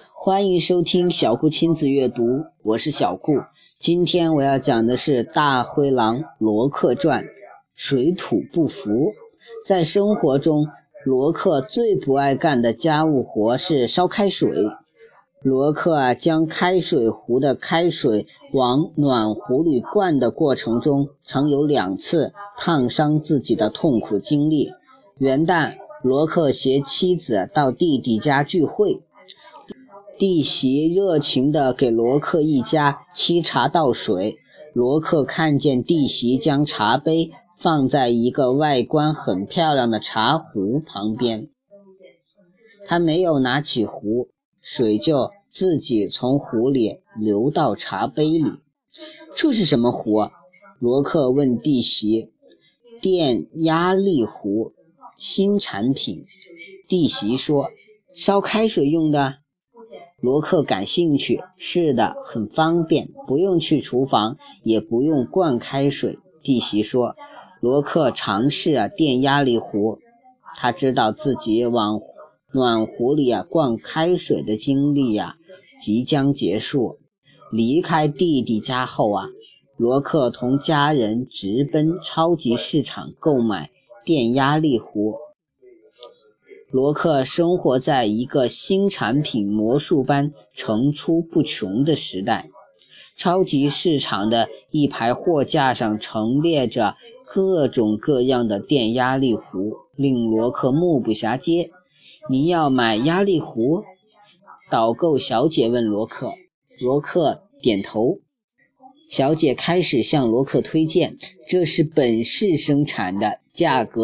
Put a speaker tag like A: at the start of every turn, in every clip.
A: 欢迎收听小顾亲子阅读，我是小顾。今天我要讲的是大灰狼罗克传，水土不服。在生活中，罗克最不爱干的家务活是烧开水。罗克将开水壶的开水往暖壶里灌的过程中，曾有2次烫伤自己的痛苦经历。元旦，罗克携妻子到弟弟家聚会，弟媳热情地给罗克一家沏茶倒水。罗克看见弟媳将茶杯放在一个外观很漂亮的茶壶旁边，他没有拿起壶，水就自己从壶里流到茶杯里。这是什么壶？罗克问弟媳。电压力壶，新产品。弟媳说，烧开水用的。罗克感兴趣，是的，很方便，不用去厨房，也不用灌开水。弟媳说。罗克尝试电压力壶，他知道自己往暖壶里灌开水的经历即将结束。离开弟弟家后罗克同家人直奔超级市场购买电压力壶。罗克生活在一个新产品魔术般层出不穷的时代。超级市场的一排货架上陈列着各种各样的电压力壶，令罗克目不暇接。你要买压力壶？导购小姐问罗克。罗克点头。小姐开始向罗克推荐，这是本市生产的，价格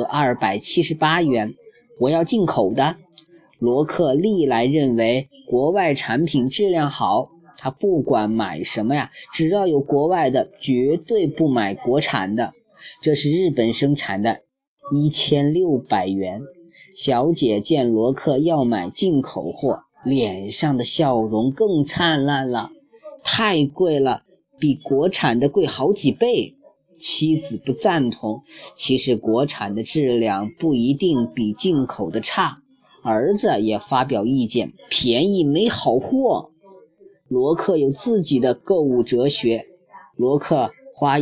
A: 278元，我要进口的。罗克历来认为国外产品质量好，他不管买什么只要有国外的，绝对不买国产的。这是日本生产的，1600元。小姐见罗克要买进口货，脸上的笑容更灿烂了。太贵了，比国产的贵好几倍。妻子不赞同，其实国产的质量不一定比进口的差。儿子也发表意见，便宜没好货。罗克有自己的购物哲学。罗克花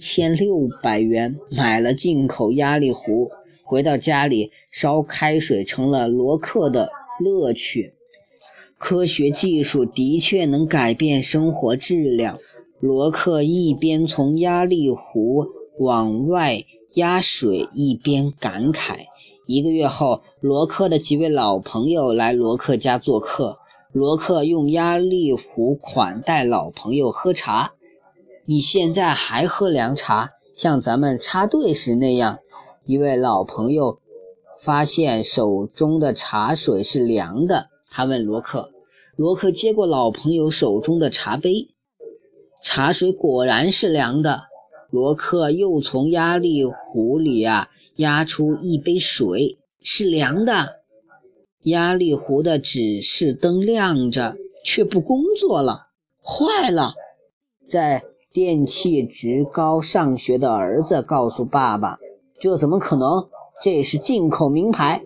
A: 1600元买了进口压力壶，回到家里，烧开水成了罗克的乐趣。科学技术的确能改变生活质量。罗克一边从压力壶往外压水，一边感慨。1个月后，罗克的几位老朋友来罗克家做客。罗克用压力壶款待老朋友喝茶。你现在还喝凉茶，像咱们插队时那样？一位老朋友发现手中的茶水是凉的，他问罗克。罗克接过老朋友手中的茶杯，茶水果然是凉的。罗克又从压力壶里压出一杯水，是凉的。压力壶的指示灯亮着，却不工作了，坏了。在电气职高上学的儿子告诉爸爸，这怎么可能？这是进口名牌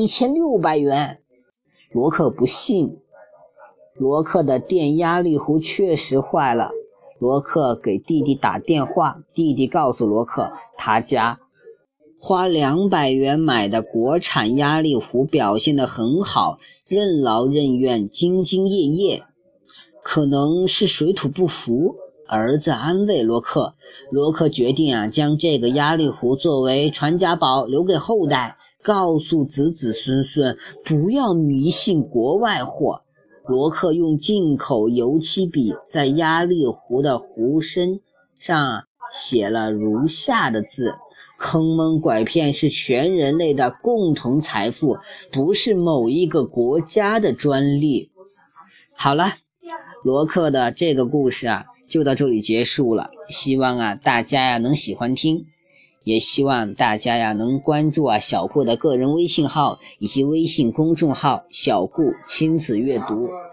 A: ，1600元。罗克不信。罗克的电压力壶确实坏了。罗克给弟弟打电话，弟弟告诉罗克，他家花200元买的国产压力壶表现得很好，任劳任怨，兢兢业业。可能是水土不服，儿子安慰罗克。罗克决定将这个压力壶作为传家宝留给后代，告诉子子孙孙不要迷信国外货。罗克用进口油漆笔在压力壶的壶身上写了如下的字：坑蒙拐骗是全人类的共同财富，不是某一个国家的专利。好了，罗克的这个故事就到这里结束了。希望大家能喜欢听，也希望大家能关注小顾的个人微信号以及微信公众号小顾亲子阅读。